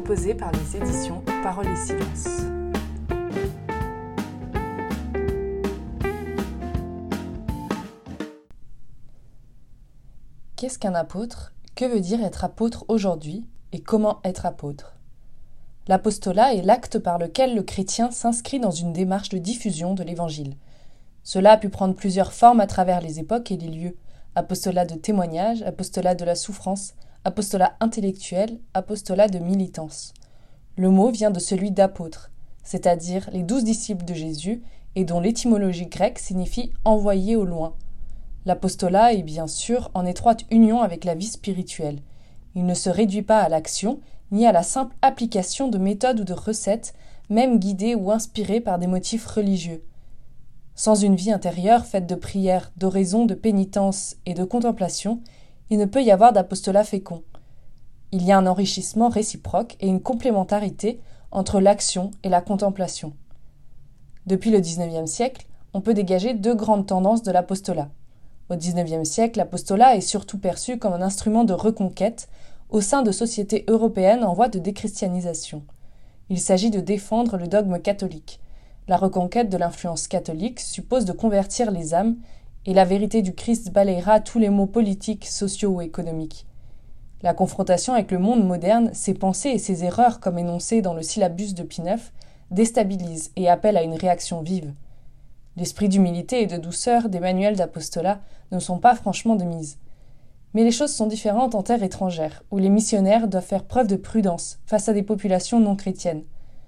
proposé par les éditions Paroles et Silences. Qu'est-ce qu'un apôtre ? Que veut dire être apôtre aujourd'hui ? Et comment être apôtre ? L'apostolat est l'acte par lequel le chrétien s'inscrit dans une démarche de diffusion de l'Évangile. Cela a pu prendre plusieurs formes à travers les époques et les lieux. Apostolat de témoignage, apostolat de la souffrance, apostolat intellectuel, apostolat de militance. Le mot vient de celui d'apôtre, c'est-à-dire les 12 disciples de Jésus, et dont l'étymologie grecque signifie « envoyé au loin ». L'apostolat est bien sûr en étroite union avec la vie spirituelle. Il ne se réduit pas à l'action, ni à la simple application de méthodes ou de recettes, même guidées ou inspirées par des motifs religieux. Sans une vie intérieure faite de prière, d'oraison, de pénitence et de contemplation, il ne peut y avoir d'apostolat fécond. Il y a un enrichissement réciproque et une complémentarité entre l'action et la contemplation. Depuis le XIXe siècle, on peut dégager deux grandes tendances de l'apostolat. Au XIXe siècle, l'apostolat est surtout perçu comme un instrument de reconquête au sein de sociétés européennes en voie de déchristianisation. Il s'agit de défendre le dogme catholique. La reconquête de l'influence catholique suppose de convertir les âmes, et la vérité du Christ balayera tous les maux politiques, sociaux ou économiques. La confrontation avec le monde moderne, ses pensées et ses erreurs comme énoncées dans le syllabus de Pie IX, déstabilise et appelle à une réaction vive. L'esprit d'humilité et de douceur des manuels d'apostolat ne sont pas franchement de mise. Mais les choses sont différentes en terre étrangère, où les missionnaires doivent faire preuve de prudence face à des populations non chrétiennes.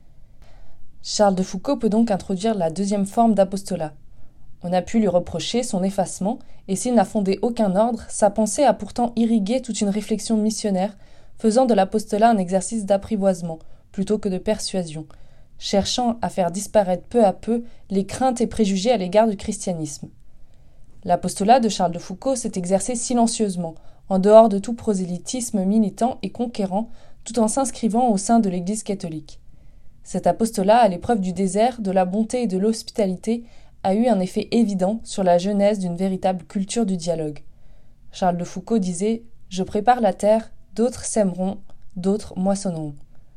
Charles de Foucault peut donc introduire la deuxième forme d'apostolat. On a pu lui reprocher son effacement, et s'il n'a fondé aucun ordre, sa pensée a pourtant irrigué toute une réflexion missionnaire, faisant de l'apostolat un exercice d'apprivoisement, plutôt que de persuasion, cherchant à faire disparaître peu à peu les craintes et préjugés à l'égard du christianisme. L'apostolat de Charles de Foucault s'est exercé silencieusement, en dehors de tout prosélytisme militant et conquérant, tout en s'inscrivant au sein de l'Église catholique. Cet apostolat, à l'épreuve du désert, de la bonté et de l'hospitalité, a eu un effet évident sur la genèse d'une véritable culture du dialogue. Charles de Foucault disait « Je prépare la terre, d'autres sèmeront, d'autres moissonneront ».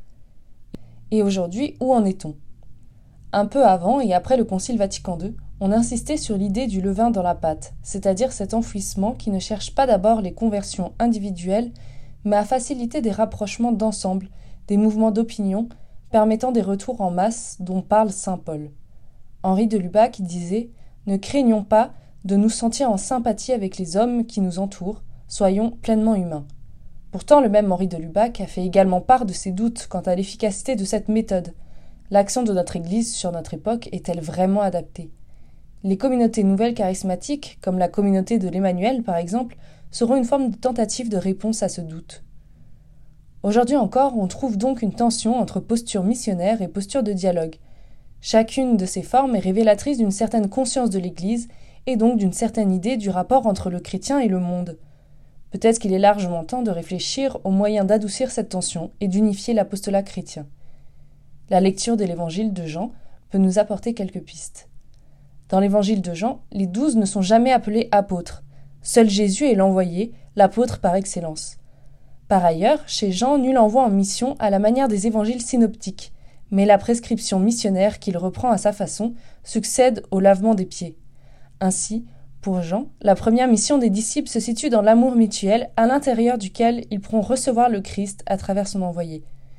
Et aujourd'hui, où en est-on ? Un peu avant et après le Concile Vatican II, on insistait sur l'idée du levain dans la pâte, c'est-à-dire cet enfouissement qui ne cherche pas d'abord les conversions individuelles, mais à faciliter des rapprochements d'ensemble, des mouvements d'opinion, permettant des retours en masse dont parle saint Paul. Henri de Lubac disait « Ne craignons pas de nous sentir en sympathie avec les hommes qui nous entourent, soyons pleinement humains ». Pourtant, le même Henri de Lubac a fait également part de ses doutes quant à l'efficacité de cette méthode. L'action de notre Église sur notre époque est-elle vraiment adaptée ? Les communautés nouvelles charismatiques, comme la communauté de l'Emmanuel par exemple, seront une forme de tentative de réponse à ce doute. Aujourd'hui encore, on trouve donc une tension entre posture missionnaire et posture de dialogue. Chacune de ces formes est révélatrice d'une certaine conscience de l'Église et donc d'une certaine idée du rapport entre le chrétien et le monde. Peut-être qu'il est largement temps de réfléchir aux moyens d'adoucir cette tension et d'unifier l'apostolat chrétien. La lecture de l'évangile de Jean peut nous apporter quelques pistes. Dans l'évangile de Jean, les 12 ne sont jamais appelés apôtres. Seul Jésus est l'envoyé, l'apôtre par excellence. Par ailleurs, chez Jean, nul envoi en mission à la manière des évangiles synoptiques, mais la prescription missionnaire qu'il reprend à sa façon succède au lavement des pieds. Ainsi, pour Jean, la première mission des disciples se situe dans l'amour mutuel à l'intérieur duquel ils pourront recevoir le Christ à travers son envoyé.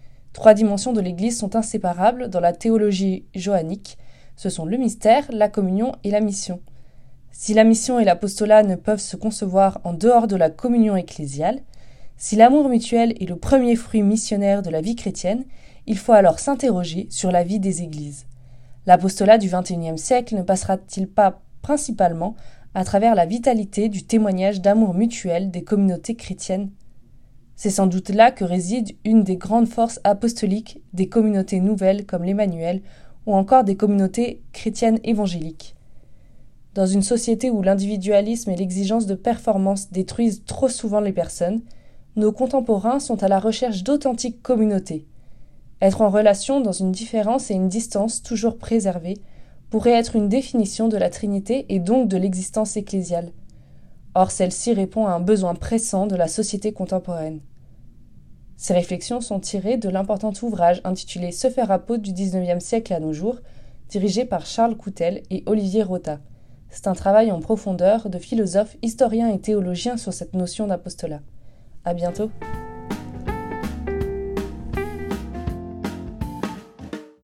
3 dimensions de l'Église sont inséparables dans la théologie johannique. Ce sont le mystère, la communion et la mission. Si la mission et l'apostolat ne peuvent se concevoir en dehors de la communion ecclésiale, si l'amour mutuel est le premier fruit missionnaire de la vie chrétienne, il faut alors s'interroger sur la vie des églises. L'apostolat du XXIe siècle ne passera-t-il pas principalement à travers la vitalité du témoignage d'amour mutuel des communautés chrétiennes ? C'est sans doute là que réside une des grandes forces apostoliques des communautés nouvelles comme l'Emmanuel ou encore des communautés chrétiennes évangéliques. Dans une société où l'individualisme et l'exigence de performance détruisent trop souvent les personnes, nos contemporains sont à la recherche d'authentiques communautés. Être en relation dans une différence et une distance toujours préservées pourrait être une définition de la Trinité et donc de l'existence ecclésiale. Or, celle-ci répond à un besoin pressant de la société contemporaine. Ces réflexions sont tirées de l'important ouvrage intitulé Se faire apôtre du XIXe siècle à nos jours, dirigé par Charles Coutel et Olivier Rota. C'est un travail en profondeur de philosophes, historiens et théologiens sur cette notion d'apostolat. À bientôt.